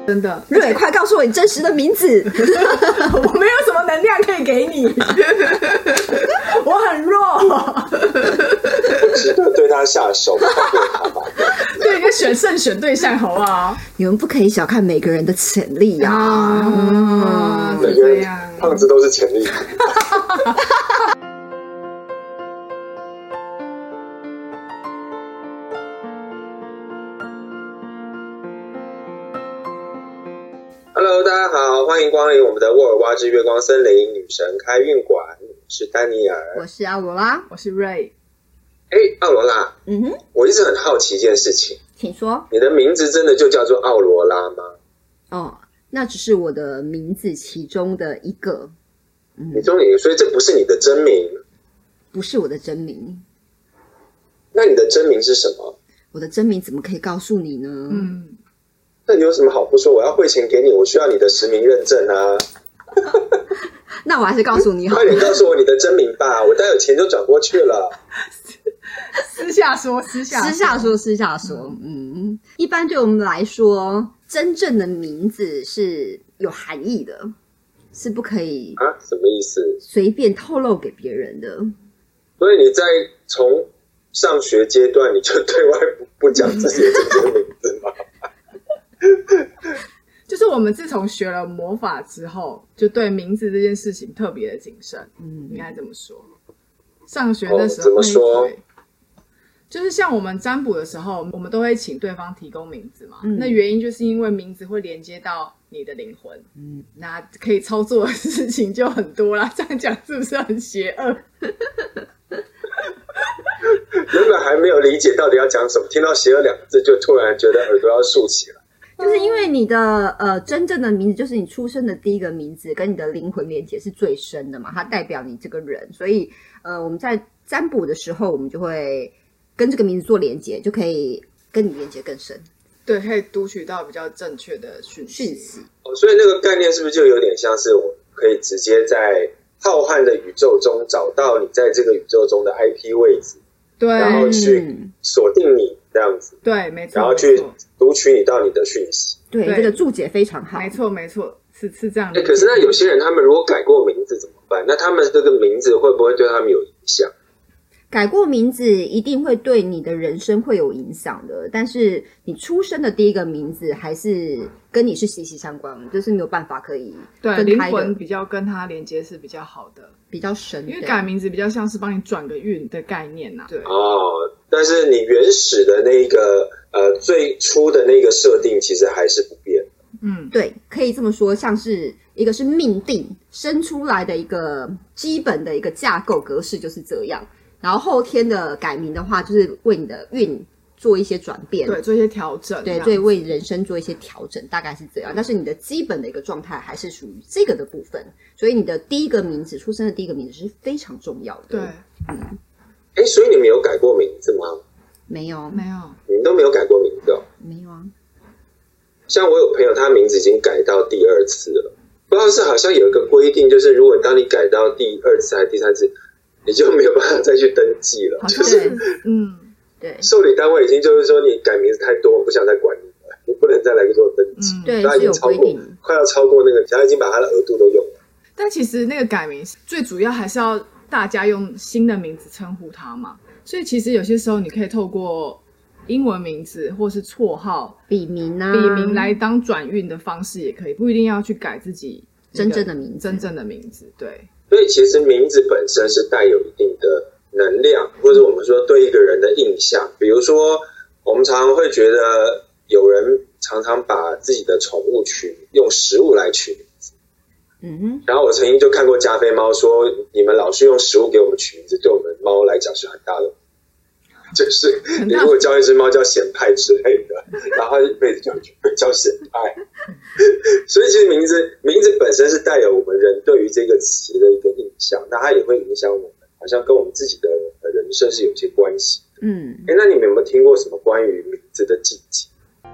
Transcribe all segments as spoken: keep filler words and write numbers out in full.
真的。 瑞，快告诉我你真实的名字。 我没有什么能量可以给你，我很弱。 值得对他下手，放过他吧。 对，应该选慎选对象，好不好？ 你们不可以小看每个人的潜力呀、啊！ 啊， 每个人胖子都是潜力。Hello， 大家好，欢迎光临我们的沃尔蛙之月光森林女神开运馆，我是丹尼尔， 我是奥罗拉， 我是瑞。 哎，奥罗拉， 嗯哼， 我一直很好奇一件事情， 请说。 你的名字真的就叫做奥罗拉吗？ 哦，那只是我的名字其中的一个， 嗯，其中一个，所以这不是你的真名， 不是我的真名。 那你的真名是什么？ 我的真名怎么可以告诉你呢？ 嗯。 那你有什么好不说？我要汇钱给你，我需要你的实名认证啊！ 那我还是告诉你好了， 快点告诉我你的真名吧，我待会钱就转过去了。 私下说，私下说私下说，私下说。嗯，嗯一般对我们来说，真正的名字是有含义的，是不可以啊？什么意思？ 随便透露给别人的。 所以你在从上学阶段，你就对外不不讲自己的真正名字吗？ 就是我们自从学了魔法之后，就对名字这件事情特别的谨慎。嗯，应该这么说。上学的时候， 哦、怎么说？ 就是像我们占卜的时候，我们都会请对方提供名字嘛。 嗯、 那原因就是因为名字会连接到你的灵魂，嗯，那可以操作的事情就很多啦。这样讲是不是很邪恶？ 原本还没有理解到底要讲什么，听到邪恶两个字就突然觉得耳朵要竖起来。 就是因为你的呃真正的名字，就是你出生的第一个名字，跟你的灵魂连结是最深的嘛，它代表你这个人，所以呃我们在占卜的时候，我们就会跟这个名字做连结，就可以跟你连结更深。 对，可以读取到比较正确的讯息。 讯息哦，所以那个概念是不是就有点像是我可以直接在浩瀚的宇宙中找到你在这个宇宙中的 I P 位置， 对， 然后去锁定你这样子， 对，没错， 然后去读取你到你的讯息。 对，对这个注解非常好， 没错，没错，是是这样的。 欸、可是那有些人他们如果改过名字怎么办？那他们这个名字会不会对他们有影响？ 改过名字一定会对你的人生会有影响的，但是你出生的第一个名字还是跟你是息息相关，就是没有办法可以分开的。 对，灵魂比较跟它连接是比较好的， 比较深， 因为改名字比较像是帮你转个运的概念呐、啊。对哦，但是你原始的那个呃最初的那个设定其实还是不变。 嗯，对，可以这么说，像是一个是命定生出来的一个基本的一个架构格式就是这样。然后后天的改名的话，就是为你的运做一些转变， 对，做一些调整， 对，对，为人生做一些调整，大概是这样。但是你的基本的一个状态还是属于这个的部分，所以你的第一个名字，出生的第一个名字是非常重要的。 对， 嗯， 哎，所以你们有改过名字吗？ 没有， 没有， 你们都没有改过名字哦？ 没有啊。 像我有朋友，他名字已经改到第二次了，不知道是好像有一个规定，就是如果当你改到第二次还是第三次，你就没有办法再去登记了，就是嗯， 对， 受理单位已经就是说你改名字太多，我不想再管你了，你不能再来做登记。 嗯、对， 他已经超过，快要超过那个，他已经把他的额度都用了。 但其实那个改名最主要还是要大家用新的名字称呼他嘛，所以其实有些时候你可以透过英文名字或是绰号、 笔名啊、 笔名来当转运的方式也可以，不一定要去改自己真正的名字。 真正的名字，对。 所以其实名字本身是带有一定的能量，或者我们说对一个人的印象。比如说，我们常常会觉得有人常常把自己的宠物取用食物来取名字。 嗯哼。 然后我曾经就看过加菲猫说，你们老是用食物给我们取名字，对我们猫来讲是很大的。就是你如果教一只猫叫显派之类的，然后它一辈子就会叫显派。所以其实名字名字本身是带有我们人对于这个词的一个印象，那它也会影响我们，好像跟我们自己的人生是有些关系的。 嗯， 哎，那你们有没有听过什么关于名字的禁忌？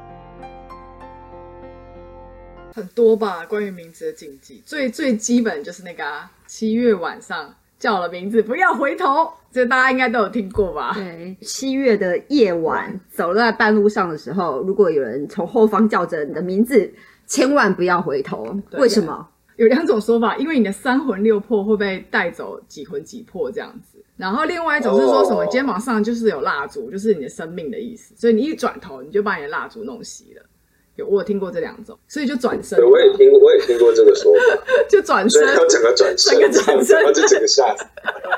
很多吧，关于名字的禁忌，最最基本就是那个啊，七月晚上叫了名字不要回头，这大家应该都有听过吧？ 对，七月的夜晚，走在半路上的时候，如果有人从后方叫着你的名字， 千万不要回头。为什么？ 有两种说法，因为你的三魂六魄会被带走几魂几魄这样子。然后另外一种是说什么肩膀上就是有蜡烛，就是你的生命的意思，所以你一转头你就把你的蜡烛弄熄了。有，我有听过这两种，所以就转身。 对，我也听，我也听过这个说法， 就转身， 要整个转身， 整个转身， 然后就整个吓死。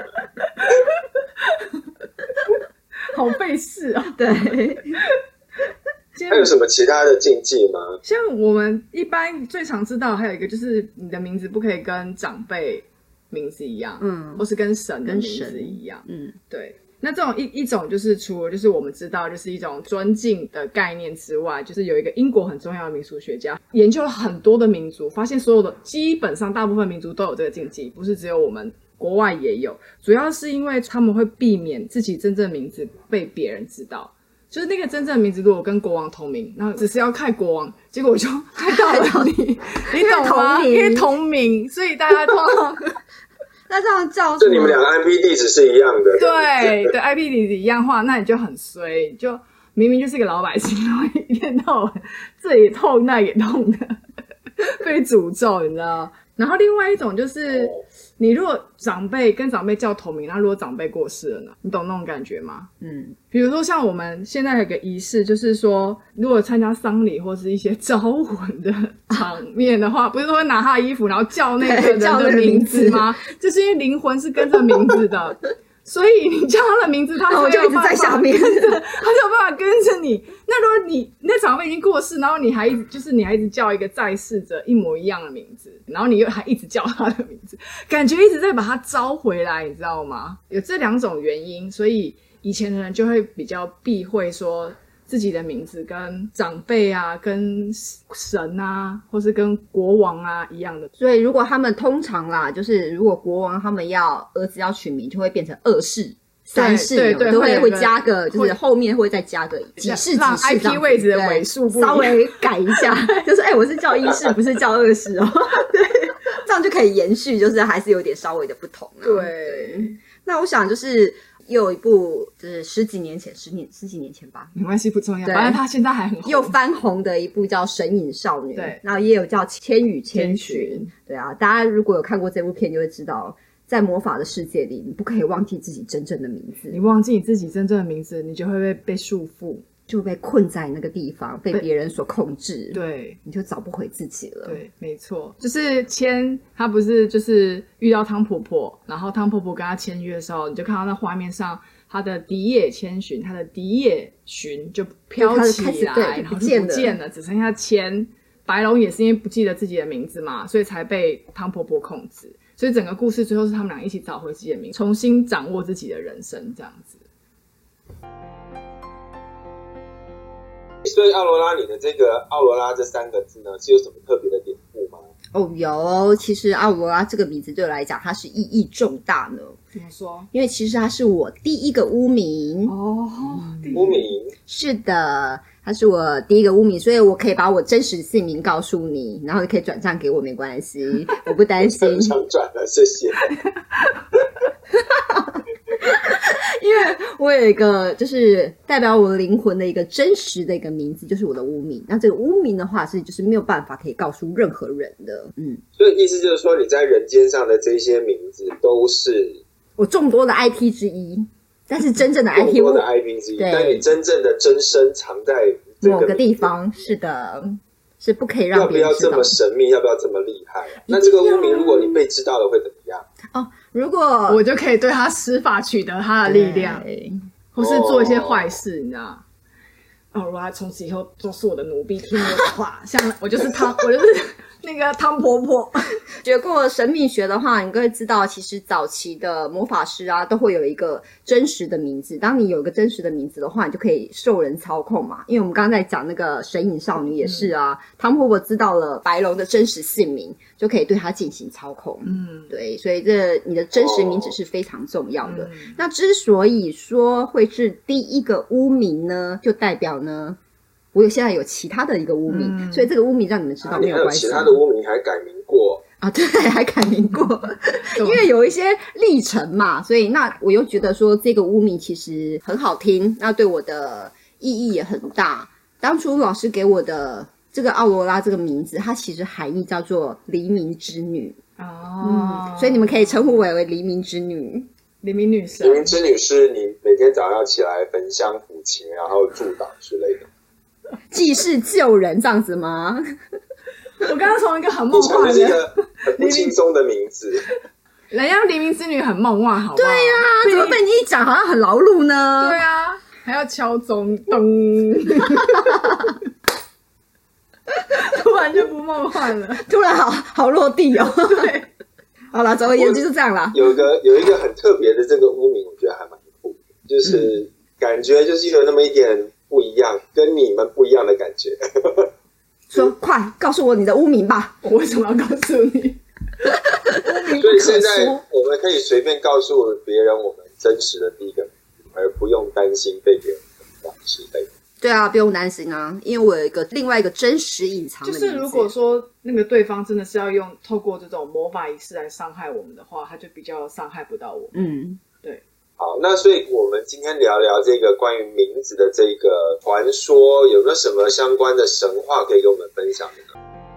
好费事啊！ 对。 还有什么其他的禁忌吗？ 像我们一般最常知道，还有一个就是你的名字不可以跟长辈名字一样，嗯，或是跟神的名字一样，嗯，对。那这种一一种就是除了就是我们知道就是一种尊敬的概念之外，就是有一个英国很重要的民俗学家研究了很多的民族，发现所有的基本上大部分民族都有这个禁忌，不是只有我们，国外也有。主要是因为他们会避免自己真正名字被别人知道。就是那个真正的名字如果跟国王同名，然后只是要害国王，结果我就害到了你，你懂吗？因为同名，所以大家通常那这样叫就你们两个 I P 地址是一样的， 对对 ，I P 地址一样的话，那你就很衰，就明明就是个老百姓，然后一天到晚这也痛那也痛的，被诅咒，你知道？然后另外一种就是，你如果长辈跟长辈叫同名，那如果长辈过世了呢？你懂那种感觉吗？嗯，比如说像我们现在有个仪式，就是说，如果参加丧礼或是一些招魂的场面的话，不是都会拿他的衣服，然后叫那个人的名字吗？就是因为灵魂是跟着名字的。所以你叫他的名字，他就一直在下面， 他就有办法跟着你。那如果你那长辈已经过世，然后你还一直就是你还一直叫一个在世者一模一样的名字，然后你又还一直叫他的名字，感觉一直在把他招回来，你知道吗？有这两种原因，所以以前的人就会比较避讳说自己的名字跟长辈啊、跟神啊，或是跟国王啊一样的。 所以如果他们通常啦，就是如果国王他们要儿子要取名，就会变成二世、三世， 对对对， 都会会加个，就是后面会再加个几世几世， 让 I P 位置的尾数不一样， 稍微改一下，就是哎、欸，我是叫一世，不是叫二世哦。对，这样就可以延续，就是还是有点稍微的不同、啊。 对， 对，那我想就是。又有一部就是十几年前十年十几年前吧， 没关系不重要，反正他现在还很红， 又翻红的一部叫《神隐少女》， 对， 然后也有叫《千与千寻》，对啊，大家如果有看过这部片就会知道，在魔法的世界里你不可以忘记自己真正的名字， 你忘记你自己真正的名字你就会被被束缚， 就被困在那个地方，被别人所控制， 对， 你就找不回自己了。 对，没错，就是千，他不是就是遇到汤婆婆，然后汤婆婆跟他签约的时候，你就看到那画面上他的笛叶千寻，他的笛叶寻就飘起来，然后就不见了，只剩下千。白龙也是因为不记得自己的名字嘛，所以才被汤婆婆控制。所以整个故事最后是他们俩一起找回自己的名字，重新掌握自己的人生，这样子。 所以奥罗拉，你的这个奥罗拉这三个字呢，是有什么特别的典故吗？ 哦，有。其实奥罗拉这个名字对我来讲，它是意义重大呢。 怎么说？ 因为其实它是我第一个污名哦， 污名是的，它是我第一个污名，所以我可以把我真实姓名告诉你，然后你可以转账给我，没关系，我不担心。 我想转了，谢谢。 因为我有一个就是代表我灵魂的一个真实的一个名字，就是我的污名。那这个污名的话是就是没有办法可以告诉任何人的。嗯， 所以意思就是说，你在人间上的这些名字都是我众多的 I P 之一，但是真正的 I P 众多的 I P 之一，但你真正的真身藏在这个某个地方。是的，是不可以让别人知道。 要不要这么神秘？要不要这么厉害、啊？那这个污名，如果你被知道了，会怎么样？ 哦，如果我就可以对他施法，取得他的力量，或是做一些坏事，你知道？哦，如果他从此以后都是我的奴婢，听我的话，像我就是汤，我就是那个汤婆婆。 学过神秘学的话，你就会知道，其实早期的魔法师啊，都会有一个真实的名字。当你有一个真实的名字的话，你就可以受人操控嘛。因为我们刚刚在讲那个神隐少女也是啊，嗯、汤婆婆知道了白龙的真实姓名，就可以对她进行操控。嗯，对，所以这你的真实名字是非常重要的。哦嗯、那之所以说会是第一个污名呢，就代表呢，我有现在有其他的一个污名，嗯、所以这个污名让你们知道没有关系。 啊、你还有其他的污名还改名过啊？对，还改名过，因为有一些历程嘛，所以那我又觉得说这个污名其实很好听，那对我的意义也很大。当初老师给我的这个奥罗拉这个名字，它其实含义叫做黎明之女哦、 嗯，所以你们可以称呼我为黎明之女。 黎明女神， 黎明之女是你每天早上要起来焚香抚琴，然后祝祷之类的， 济世救人这样子吗？ 我刚刚从一个很梦幻的， 是一个很不轻松的名字。 人家黎明之女很梦幻，好不好？ 对呀、啊，怎么被你一讲好像很劳碌呢？ 对啊，还要敲钟，咚，突然就不梦幻了， 突然好好落地哦。 对。 好了，总而言之就这样啦。 有一个有一个很特别的这个污名，我觉得还蛮酷的，就是感觉就是有那么一点不一样，跟你们不一样的感觉。 说，快告诉我你的污名吧！ 我为什么要告诉你？ 所以现在我们可以随便告诉别人我们真实的第一个名字，而不用担心被别人忘之类的。 对啊，不用担心啊，因为我有一个另外一个真实隐藏的名字。 就是如果说那个对方真的是要用透过这种魔法仪式来伤害我们的话，他就比较伤害不到我们。 嗯， 对。 好，那所以我们今天聊聊这个关于名字的这个传说，有没有什么相关的神话可以跟我们分享的呢？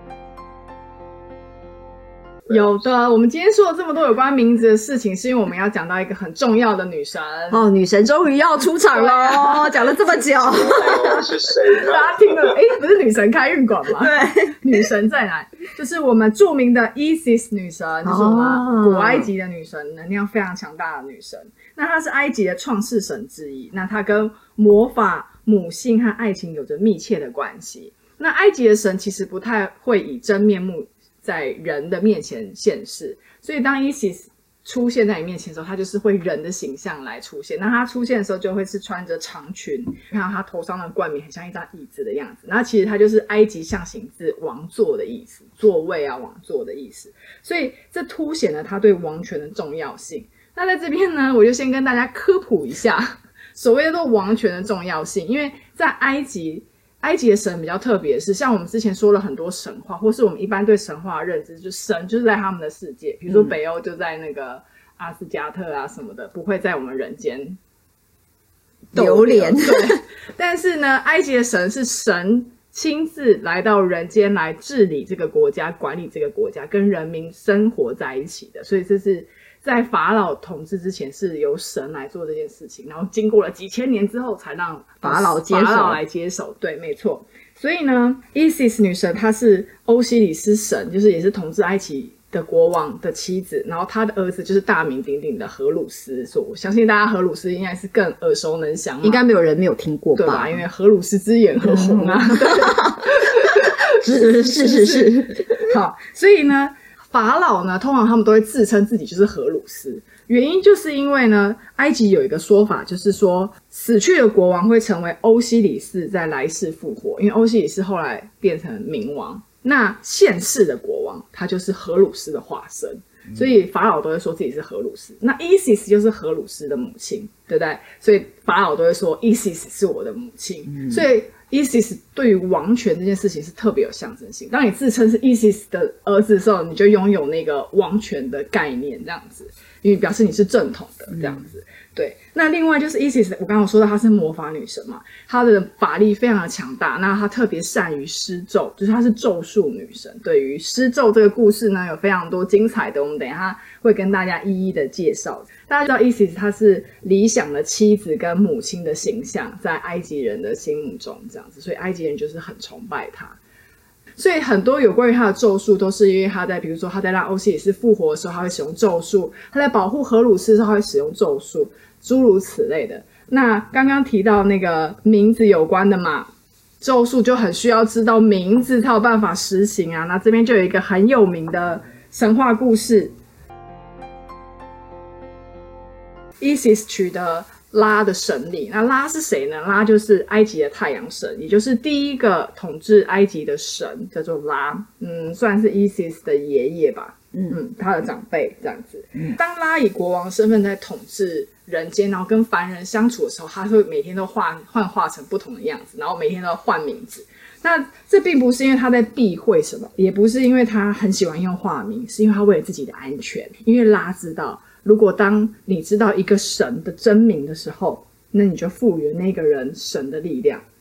有的，我们今天说了这么多有关名字的事情，是因为我们要讲到一个很重要的女神哦，女神终于要出场了，讲了这么久， 是谁呢？ 大家听了，哎，不是女神开运馆吗？ 对， 女神再来，就是我们著名的 Isis 女神，就是我们古埃及的女神，能量非常强大的女神。那她是埃及的创世神之一，那她跟魔法、母性和爱情有着密切的关系。那埃及的神其实不太会以真面目在人的面前现世，所以当 Isis 出现在你面前的时候，他就是会人的形象来出现。那他出现的时候就会是穿着长裙，看到他头上的冠冕很像一张椅子的样子，然后其实他就是埃及象形字王座的意思，座位啊，王座的意思，所以这凸显了他对王权的重要性。那在这边呢，我就先跟大家科普一下所谓的王权的重要性，因为在埃及埃及的神比较特别的是，像我们之前说了很多神话，或是我们一般对神话的认知，就神就是在他们的世界，比如说北欧就在那个阿斯加特啊什么的，不会在我们人间榴莲。 对，但是呢，埃及的神是神亲自来到人间来治理这个国家，管理这个国家，跟人民生活在一起的，所以这是在法老统治之前是由神来做这件事情，然后经过了几千年之后才让法老接手法老来接手。对，没错。所以呢 Isis 女神她是欧西里斯神，就是也是统治埃及的国王的妻子，然后她的儿子就是大名鼎鼎的荷鲁斯，所以我相信大家荷鲁斯应该是更耳熟能详嘛， 应该没有人没有听过吧， 对吧？因为荷鲁斯之眼很红啊。 是是是是。 好，所以呢法老呢，通常他们都会自称自己就是荷鲁斯，原因就是因为呢，埃及有一个说法，就是说死去的国王会成为欧西里斯在来世复活，因为欧西里斯后来变成冥王，那现世的国王他就是荷鲁斯的化身，所以法老都会说自己是荷鲁斯。那 Isis 就是荷鲁斯的母亲，对不对？所以法老都会说 Isis 是我的母亲，嗯、所以Isis 对于王权这件事情是特别有象征性。当你自称是 Isis 的儿子的时候，你就拥有那个王权的概念，这样子，因为表示你是正统的这样子。嗯、对，那另外就是 Isis， 我刚刚有说到她是魔法女神嘛，她的法力非常的强大，那她特别善于施咒，就是她是咒术女神。对于施咒这个故事呢，有非常多精彩的，我们等一下会跟大家一一的介绍。大家知道 Isis 她是理想的妻子跟母亲的形象，在埃及人的心目中这样子，所以埃及人就是很崇拜她。所以很多有关于她的咒术都是因为她在，比如说她在让欧西里斯复活的时候，她会使用咒术；她在保护荷鲁斯的时候，她会使用咒术，诸如此类的。那刚刚提到那个名字有关的嘛，咒术就很需要知道名字才有办法实行啊。那这边就有一个很有名的神话故事。Isis 取得拉的神力，那拉是谁呢？拉就是埃及的太阳神，也就是第一个统治埃及的神，叫做拉。嗯，算是 Isis 的爷爷吧，嗯嗯，他的长辈这样子。嗯、当拉以国王身份在统治人间，然后跟凡人相处的时候，他会每天都换幻化成不同的样子，然后每天都换名字。那这并不是因为他在避讳什么，也不是因为他很喜欢用化名，是因为他为了自己的安全。因为拉知道，如果当你知道一个神的真名的时候，那你就赋予那个人神的力量，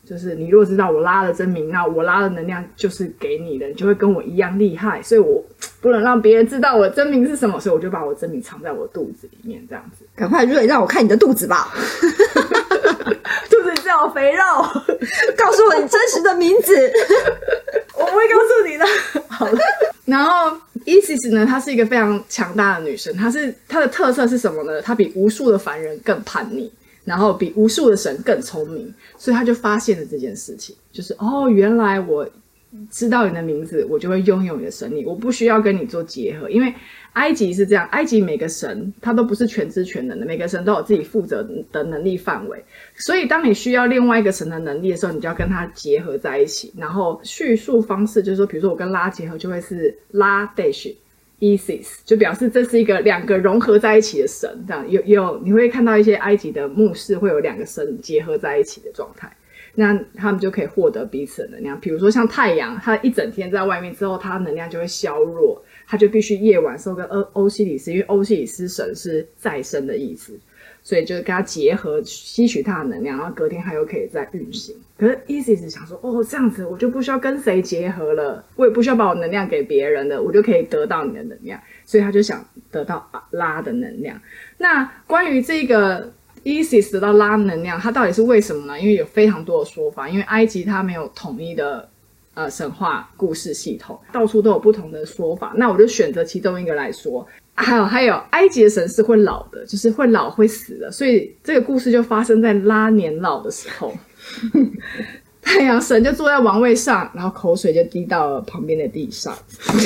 就是你如果知道我拉的真名，那我拉的能量就是给你的，你就会跟我一样厉害，所以我不能让别人知道我的真名是什么，所以我就把我真名藏在我肚子里面，这样子。 赶快瑞让我看你的肚子吧。 肚子里有肥肉， 告诉我你真实的名字。 我不会告诉你的。好了，然后 Isis 呢，她是一个非常强大的女生，她是她的特色是什么呢？她比无数的凡人更叛逆，然后比无数的神更聪明，所以她就发现了这件事情，就是哦，原来我知道你的名字，我就会拥有你的神力，我不需要跟你做结合，因为埃及是这样，埃及每个神他都不是全知全能的，每个神都有自己负责的能力范围，所以当你需要另外一个神的能力的时候，你就要跟他结合在一起。然后叙述方式就是说，比如说我跟拉结合，就会是拉 dash Isis， 就表示这是一个两个融合在一起的神，这样有有你会看到一些埃及的墓室会有两个神结合在一起的状态。那他们就可以获得彼此的能量，比如说像太阳，它一整天在外面之后，它能量就会削弱，它就必须夜晚时候跟欧欧西里斯，因为欧西里斯神是再生的意思，所以就跟它结合，吸取它的能量，然后隔天它又可以再运行。可是 Isis 想说，哦，这样子我就不需要跟谁结合了，我也不需要把我能量给别人了，我就可以得到你的能量，所以他就想得到拉的能量。那关于这个Isis 得到拉能量，它到底是为什么呢？因为有非常多的说法，因为埃及它没有统一的呃神话故事系统，到处都有不同的说法。那我就选择其中一个来说。还有还有，埃及的神是会老的，就是会老会死的，所以这个故事就发生在拉年老的时候。太阳神就坐在王位上，然后口水就滴到了旁边的地上。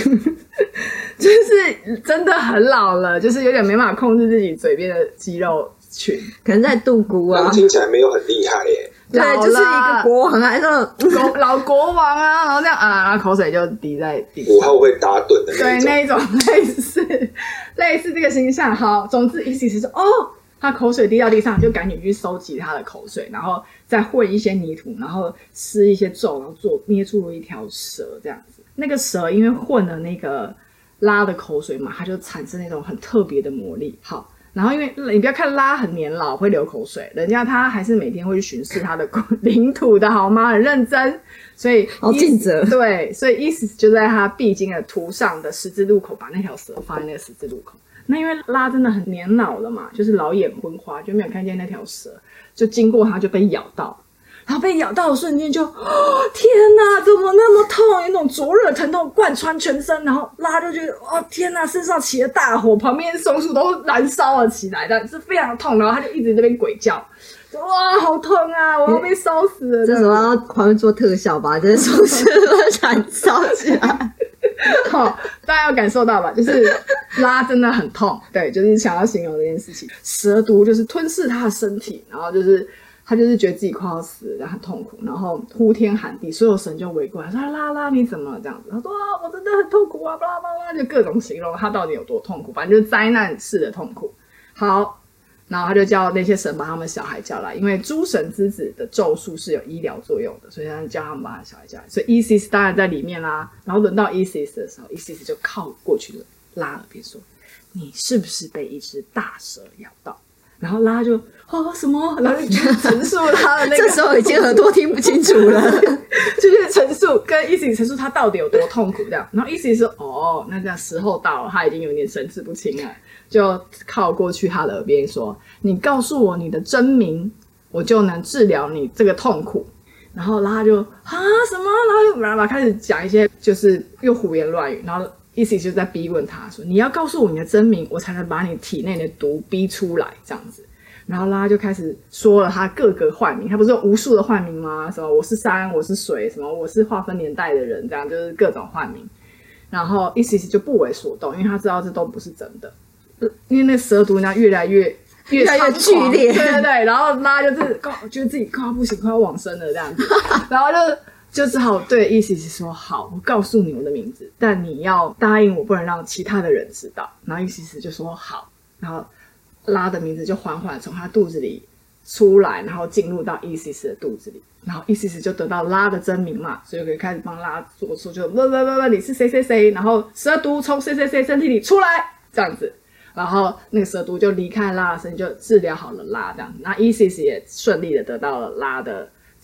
就是真的很老了，就是有点没办法控制自己嘴边的肌肉群， 可能在度孤啊。 听起来没有很厉害耶。 对，就是一个国王还是老国王啊，然后这样啊，然后口水就滴在地上， 五号会打盹的那种。 对，那一种类似类似这个形象。好，总之意思是说，哦，他口水滴到地上，就赶紧去收集他的口水，然后再混一些泥土，然后施一些咒，然后做捏出了一条蛇这样子。那个蛇因为混了那个拉的口水嘛，它就产生那种很特别的魔力。好。然后因为你不要看拉很年老会流口水，人家他还是每天会去巡视他的领土的好吗？很认真，所以好尽责。 对，所以Isis就在他必经的途上的十字路口把那条蛇放在那个十字路口。那因为拉真的很年老了嘛，就是老眼昏花，就没有看见那条蛇，就经过他就被咬到。然后被咬到的瞬间就，哦，天哪，怎么那么痛？有那种灼热疼痛贯穿全身，然后拉就觉得，哦，天哪，身上起了大火，旁边松树都燃烧了起来，但是非常痛。然后他就一直在那边鬼叫，哇，好痛啊，我要被烧死了。 这时候要旁边做特效吧，这松树都燃烧起来。 好，大家有感受到吧？就是拉真的很痛，对，就是想要形容这件事情。蛇毒就是吞噬他的身体，然后就是。他就是觉得自己快要死了，然后很痛苦，然后呼天喊地，所有神就围过来说：“拉拉，你怎么了？”这样子，他说：“啊，我真的很痛苦啊，巴拉巴拉，就各种形容他到底有多痛苦，反正就是灾难式的痛苦。”好，然后他就叫那些神把他们小孩叫来，因为诸神之子的咒术是有医疗作用的，所以他就叫他们把他小孩叫来。所以 Isis 当然在里面啦。然后轮到 Isis 的时候 ，Isis 就靠过去拉耳边说：“你是不是被一只大蛇咬到？”然后拉就哦什么，然后就陈述他的那个， 这时候已经耳朵听不清楚了， 就是陈述跟 Isis 陈述他到底有多痛苦这样。然后 Isis 说哦，那这样时候到了，他已经有点神志不清了，就靠过去他的耳边说：“你告诉我你的真名，我就能治疗你这个痛苦。”然后拉就啊什么，然后就然后开始讲一些就是又胡言乱语，然后。Isis 就在逼问他说：“你要告诉我你的真名，我才能把你体内的毒逼出来。”这样子，然后拉就开始说了他各个幻名，他不是有无数的幻名吗？什么我是山，我是水，什么我是划分年代的人，这样就是各种幻名。然后 Isis 就不为所动，因为他知道这都不是真的，因为那蛇毒呢越来越越来越剧烈， 对对对。然后拉就是觉得自己快要不行，快要往生了这样子，然后就。就只好对 Isis 说：“好，我告诉你我的名字，但你要答应我，不能让其他的人知道。”然后 Isis 就说：“好。”然后拉的名字就缓缓从他肚子里出来，然后进入到 Isis 的肚子里。然后 Isis 就得到拉的真名嘛，所以可以开始帮拉做出就不不不不，你是谁谁谁，然后蛇毒从谁谁谁身体里出来这样子。然后那个蛇毒就离开拉的身体，就治疗好了拉这样子。那 Isis 也顺利的得到了拉的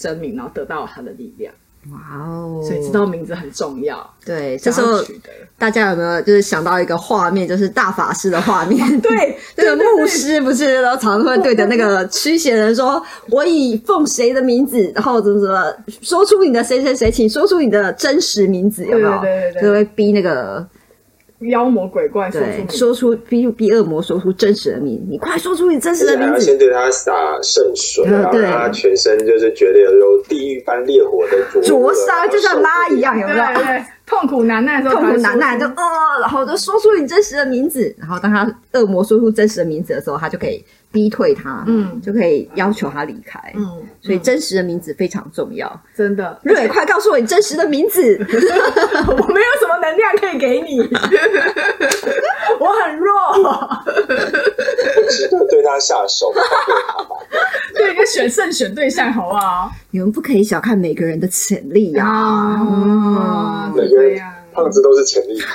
真名，然后得到他的力量。 哇哦！ 所以知道名字很重要。 对，这时候大家有没有就是想到一个画面，就是大法师的画面？ 对， 那个牧师不是然后常常会对着那个驱邪人说：“我以奉谁的名字，然后怎么怎么说出你的谁谁谁，请说出你的真实名字。”有没有？ 对对对对， 就会逼那个妖魔鬼怪说出说出逼逼恶魔说出真实的名字，你快说出你真实的名字。 还要先对他洒圣水，然后让他全身就是觉得有地狱般烈火的灼伤，就像拉一样，有没有？ 对对，痛苦难耐的时候， 痛苦难耐就呃，然后就说出你真实的名字。然后当他恶魔说出真实的名字的时候，他就可以逼退他，嗯，就可以要求他离开。嗯，所以真实的名字非常重要， 真的。 瑞，快告诉我你真实的名字。 我没有什么能量可以给你，我很弱。 我只能对他下手， 对，就选慎选对象，好不好？ 你们不可以小看每个人的潜力呀、啊！ 哦， 每个人胖子都是潜力。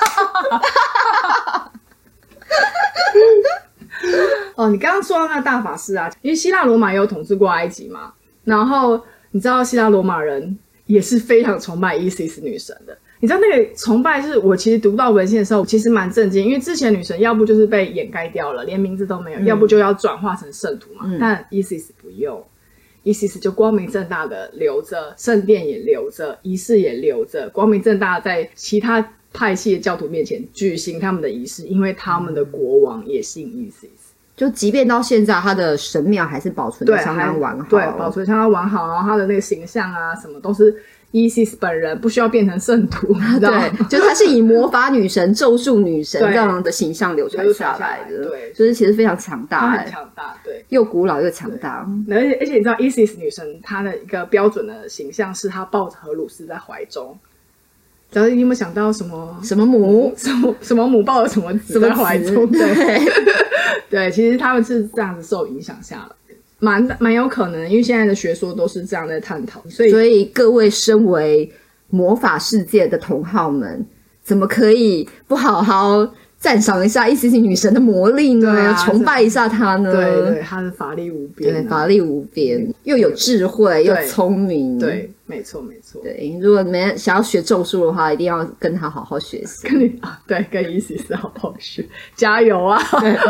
哦，你刚刚说到那个大法师啊，因为希腊罗马也有统治过埃及嘛，然后你知道希腊罗马人也是非常崇拜 Isis 女神的。你知道那个崇拜是我其实读到文献的时候其实蛮震惊，因为之前女神要不就是被掩盖掉了，连名字都没有、嗯、要不就要转化成圣徒嘛、嗯、但 Isis 不用， Isis 就光明正大的留着，圣殿也留着，仪式也留着，光明正大的在其他派系的教徒面前举行他们的仪式，因为他们的国王也信 Isis， 就即便到现在他的神庙还是保存的相当完好， 对，保存相当完好，然后他的那个形象啊什么都是Isis 本人，不需要变成圣徒， 对，就他是以魔法女神、咒术女神这样的形象流传下来的， 对， 就是其实非常强大， 他很强大，对， 又古老又强大。 而且而且你知道 Isis 女神她的一个标准的形象是她抱着荷鲁斯在怀中。然后你有没有想到什么什么母什么什么母抱着什么子在怀中？对对，其实他们是这样子受影响下来。蛮蛮有可能，因为现在的学说都是这样在探讨，所以所以各位身为魔法世界的同好们，怎么可以不好好赞赏一下 Isis 女神的魔力呢？啊、崇拜一下她呢？ 对对，她的法力无边、啊， 对，法力无边，又有智慧，又聪明， 对，没错没错。 对，如果你们想要学咒术的话，一定要跟她好好学习， 跟你啊，对，跟 Isis 好好学，加油啊！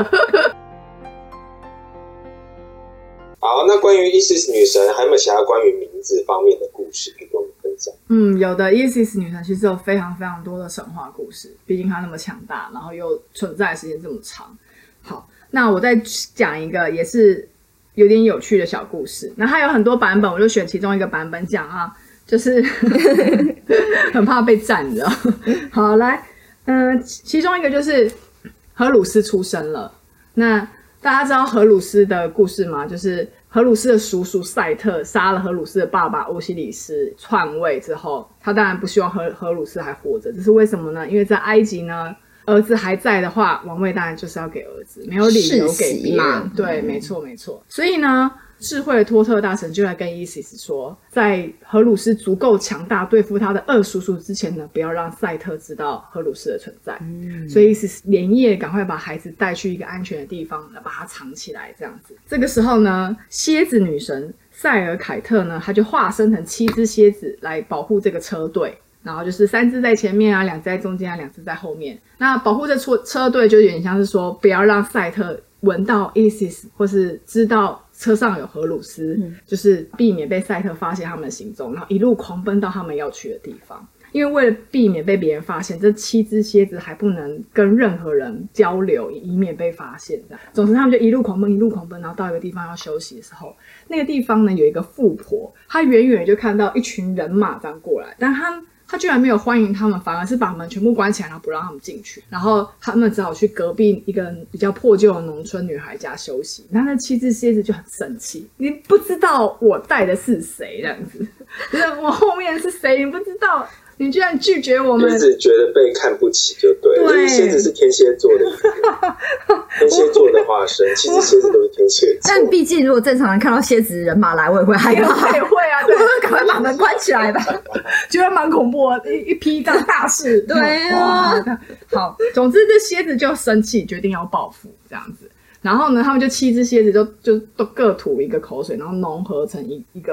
好，那关于 Isis 女神还有没有其他关于名字方面的故事可以跟我们分享？ 嗯，有的。Isis 女神其实有非常非常多的神话故事，毕竟她那么强大，然后又存在的时间这么长。好，那我再讲一个也是有点有趣的小故事。那它有很多版本，我就选其中一个版本讲啊，就是很怕被占，你知道？好，来，嗯、呃，其中一个就是荷鲁斯出生了。那大家知道荷鲁斯的故事吗？就是荷鲁斯的叔叔赛特杀了荷鲁斯的爸爸欧西里斯篡位之后，他当然不希望荷荷鲁斯还活着，这是为什么呢？因为在埃及呢，儿子还在的话，王位当然就是要给儿子，没有理由给别人。对，没错没错。所以呢，智慧的托特大神就来跟 Isis 说，在荷鲁斯足够强大对付他的二叔叔之前呢，不要让赛特知道荷鲁斯的存在。嗯、所以 Isis 连夜赶快把孩子带去一个安全的地方，把他藏起来，这样子。这个时候呢，蝎子女神塞尔凯特呢，她就化身成七只蝎子来保护这个车队。然后就是三只在前面啊，两只在中间啊，两只在后面。那保护这车车队就有点像是说，不要让赛特闻到 Isis 或是知道车上有荷鲁斯、嗯、就是避免被赛特发现他们的行踪，然后一路狂奔到他们要去的地方。因为为了避免被别人发现，这七只蝎子还不能跟任何人交流，以免被发现。总之他们就一路狂奔一路狂奔，然后到一个地方要休息的时候，那个地方呢有一个富婆，她远远就看到一群人马这样过来，但她他居然没有欢迎他们，反而是把门全部关起来，然后不让他们进去。然后他们只好去隔壁一个比较破旧的农村女孩家休息。那那七只蝎子就很生气，你不知道我带的是谁，这样子，就是我后面是谁，你不知道，你居然拒绝我们， 一直觉得被看不起就对了。对，蝎子是天蝎座的，天蝎座的化身，其实蝎子都是天蝎座。 但毕竟如果正常人看到蝎子人马来，我也会害怕， 我也会啊，对， 赶快把门关起来吧， 觉得蛮恐怖的，一一批这样大事。 对啊， 好，总之这蝎子就生气，决定要报复这样子。然后呢，他们就七只蝎子就就都各吐一个口水，然后融合成一一个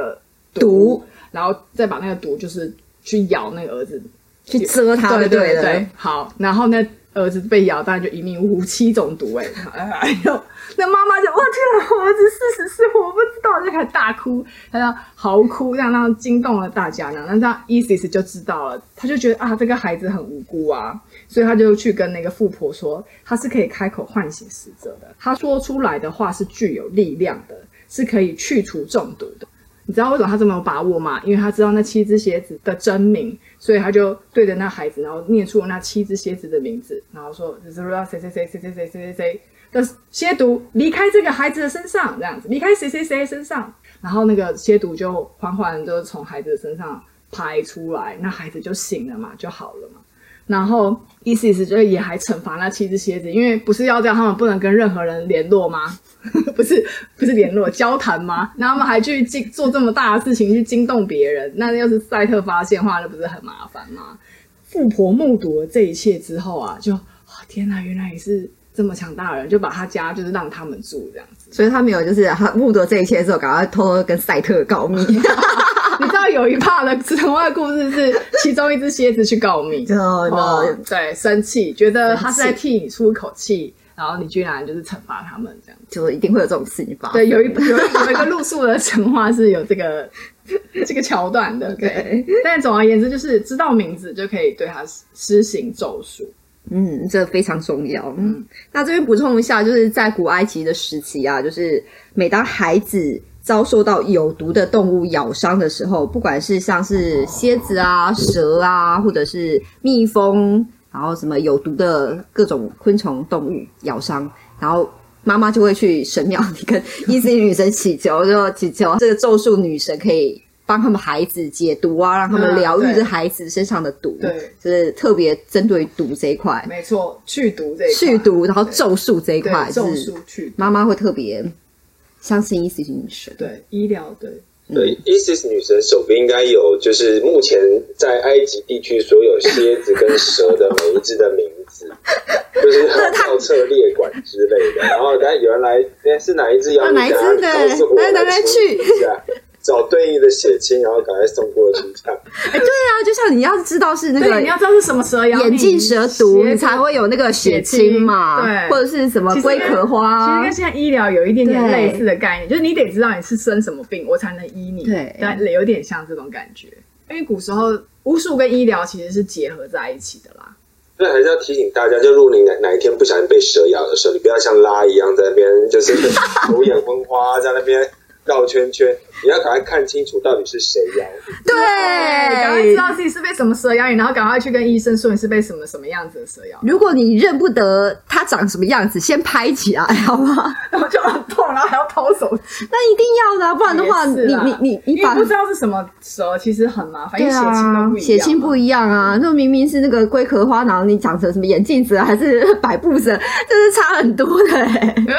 毒，然后再把那个毒就是去咬那个儿子， 去蛰他， 对对对对，好，然后那儿子被咬，当然就一命呜呼，七种毒哎、欸，哎呦，那妈妈就哇天啊，我儿子事实是我不知道，就开始大哭，他要嚎哭，这样让惊动了大家呢。那这样 Isis 就知道了，他就觉得啊，这个孩子很无辜啊，所以他就去跟那个富婆说，他是可以开口唤醒死者的，他说出来的话是具有力量的，是可以去除中毒的。你知道为什么他这么有把握吗？因为他知道那七只蝎子的真名，所以他就对着那孩子，然后念出了那七只蝎子的名字，然后说谁谁谁谁谁谁谁谁谁谁的蝎毒离开这个孩子的身上，这样子离开谁谁谁身上，然后那个蝎毒就缓缓就从孩子的身上排出来，那孩子就醒了嘛，就好了嘛。然后 Isis 就也还惩罚那七只蝎子，因为不是要这样，他们不能跟任何人联络吗？不是不是联络交谈吗？那他们还去做这么大的事情去惊动别人，那要是赛特发现的话，那不是很麻烦吗？富婆目睹了这一切之后啊，就、哦、天哪，原来也是这么强大的人，就把他家就是让他们住这样子。 所以他没有就是他目睹这一切之后，赶快偷偷跟赛特告密。 你知道有一 part 的神话故事是其中一只蝎子去告密，哦，对，生气，觉得他是在替你出一口气，然后你居然就是惩罚他们，这样就一定会有这种事情发生。 对，有一有有一个路数的神话是有这个这个桥段的，对。但总而言之，就是知道名字就可以对他施行咒术。 嗯，这非常重要。嗯，那这边补充一下，就是在古埃及的时期啊，就是每当孩子遭受到有毒的动物咬伤的时候，不管是像是蝎子啊、蛇啊，或者是蜜蜂，然后什么有毒的各种昆虫动物咬伤，然后妈妈就会去神庙里跟伊斯女神祈求，就祈求这个咒术女神可以帮他们孩子解毒啊，让他们疗愈这孩子身上的毒， 对， 就是特别针对毒这一块， 没错，去毒这一块， 去毒，然后咒术这一块， 咒术去毒， 妈妈会特别相信 Isis 女神， 对医疗，对对 Isis 女神手边应该有，就是目前在埃及地区所有蝎子跟蛇的每一只的名字，就是倒册列管之类的。然后等下有人来，是哪一只妖哪一只的？来来来去。 找对应的血清，然后赶快送过去这样。 哎、欸，对啊，就像你要知道是那个， 你要知道是什么蛇咬你， 眼镜蛇毒，你才会有那个血清嘛，对，或者是什么龟壳花。 其实跟现在医疗有一点点类似的概念，就是你得知道你是生什么病，我才能医你。 对， 但有点像这种感觉。因为古时候巫术跟医疗其实是结合在一起的啦。 所以还是要提醒大家，就如果你哪哪一天不小心被蛇咬的时候，你不要像拉一样在那边就是口眼昏花，在那边绕圈圈，你要赶快看清楚到底是谁咬你。 对，赶快知道自己是被什么蛇咬你，然后赶快去跟医生说你是被什么什么样子的蛇咬。 如果你认不得它长什么样子，先拍起来好吗？ 然后就很痛，然后还要掏手机。 那一定要的、啊，不然的话，你你你你把不知道是什么蛇，其实很麻烦，因为血清都不一样。 血清不一样啊，那明明是那个龟壳花，然后你长成什么眼镜蛇还是百步蛇，这是差很多的哎、欸。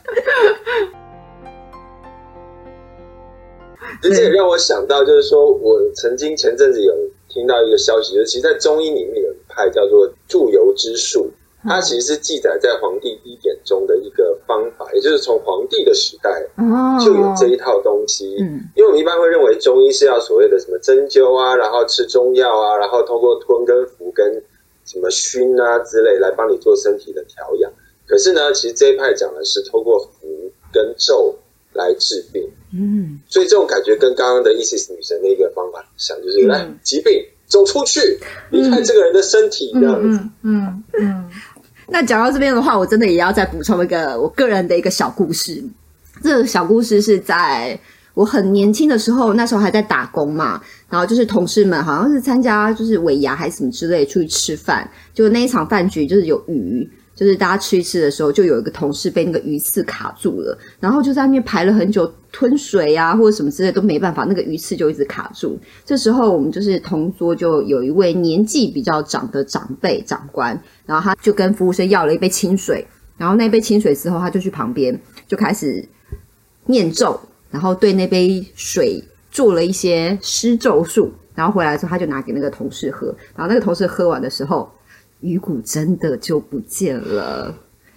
其实这也让我想到，就是说我曾经前阵子有听到一个消息，就是其实在中医里面有一派叫做祝由之术，它其实是记载在《黄帝医典》中的一个方法，也就是从黄帝的时代就有这一套东西。哦嗯、因为我们一般会认为中医是要所谓的什么针灸啊，然后吃中药啊，然后通过吞跟服跟什么熏啊之类来帮你做身体的调养。可是呢，其实这一派讲的是透过服跟咒来治病。嗯，所以这种感觉跟刚刚的 Isis 女神的一个方法很像，就是、嗯、来疾病走出去，离开这个人的身体这样子。嗯嗯嗯, 嗯。那讲到这边的话，我真的也要再补充一个我个人的一个小故事。这个小故事是在我很年轻的时候，那时候还在打工嘛，然后就是同事们好像是参加就是尾牙还是什么之类出去吃饭，就那一场饭局就是有鱼。就是大家吃一吃的时候，就有一个同事被那个鱼刺卡住了，然后就在那边排了很久，吞水啊或者什么之类都没办法，那个鱼刺就一直卡住。这时候我们就是同桌就有一位年纪比较长的长辈长官，然后他就跟服务生要了一杯清水，然后那杯清水之后，他就去旁边就开始念咒，然后对那杯水做了一些施咒术，然后回来之后他就拿给那个同事喝，然后那个同事喝完的时候，鱼骨真的就不见了，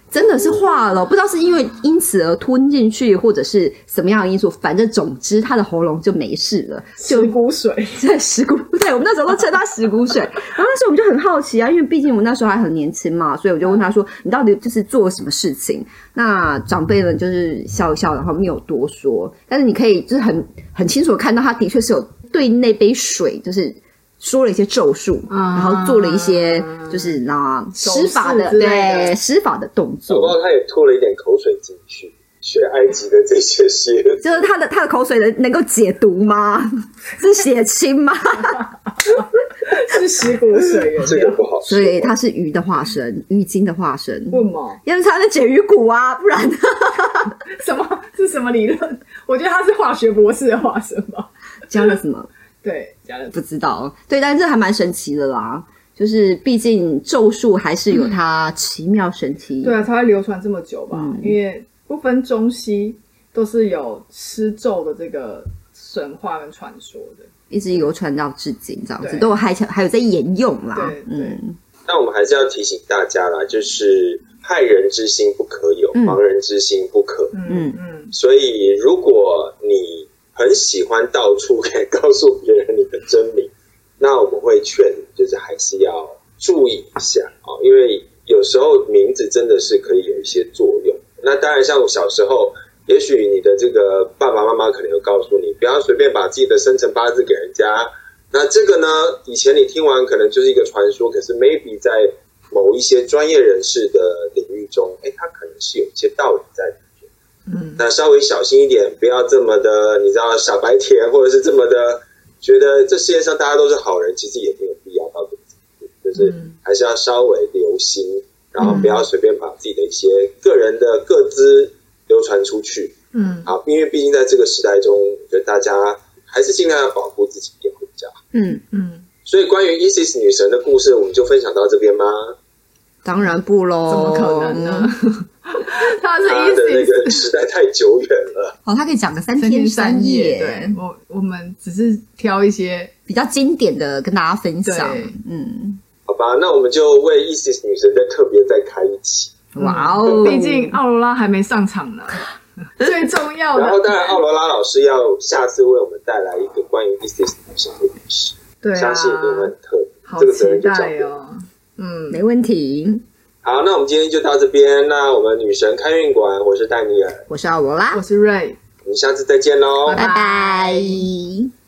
真的是化了，不知道是因为因此而吞进去，或者是什么样的因素，反正总之他的喉咙就没事了，就石骨水， 对石骨，对我们那时候都称他石骨水。然后那时候我们就很好奇啊，因为毕竟我们那时候还很年轻嘛，所以我就问他说：“你到底就是做了什么事情？”那长辈们就是笑一笑，然后没有多说，但是你可以就是很很清楚的看到，他的确是有对那杯水就是说了一些咒术，啊、然后做了一些就是那施法的对施法的动作。 搞不好他也吐了一点口水进去，学埃及的这些血， 就是他的他的口水的能够解毒吗？是血清吗？ 是石骨水， 这个不好说。 所以他是鱼的化身，鱼精的化身。 为什么？ 因为他在解鱼骨啊，不然什么是什么理论？我觉得他是化学博士的化身吧。 加了什么？ 对，加了不知道。对，但是这还蛮神奇的啦。就是毕竟咒术还是有它奇妙神奇。 嗯、对啊，才会流传这么久吧？嗯、因为不分中西，都是有施咒的这个神话跟传说的。 一直流传到至今，这样子都还还有在沿用啦。 对， 嗯。 那我们还是要提醒大家啦，就是害人之心不可有，嗯、防人之心不可。 嗯嗯。 所以，如果你很喜欢到处可以告诉别人你的真名，那我们会劝你，就是还是要注意一下啊、哦，因为有时候名字真的是可以有一些作用。那当然，像我小时候。也许你的这个爸爸妈妈可能有告诉你，不要随便把自己的生辰八字给人家。那这个呢，以前你听完可能就是一个传说，可是 maybe 在某一些专业人士的领域中，哎，它可能是有一些道理在里面。嗯，那稍微小心一点，不要这么的，你知道傻白甜，或者是这么的觉得这世界上大家都是好人，其实也没有必要到这个程度，就是还是要稍微留心，然后不要随便把自己的一些个人的个资流传出去，嗯，好，因为毕竟在这个时代中，我觉得大家还是尽量要保护自己一点会比较好。 嗯嗯。 所以关于 Isis 女神的故事，我们就分享到这边吗？ 当然不咯， 怎么可能呢？她是 Isis 的那个时代太久远了。 哦，他可以讲个三天三夜。 对，我我们只是挑一些比较经典的跟大家分享。 嗯，好吧，那我们就为 Isis 女神再特别再开一期。 哇哦！ 毕竟奥罗拉还没上场呢，最重要的。 然后当然，奥罗拉老师要下次为我们带来一个关于 Isis 女神的故事， 对啊， 相信一定会很特别。 好这个责任就期交给待哦。嗯， 没问题。 好，那我们今天就到这边。那我们女神开运馆，我是戴尼尔， 我是奥罗拉， 我是瑞， 我们下次再见喽， 拜拜。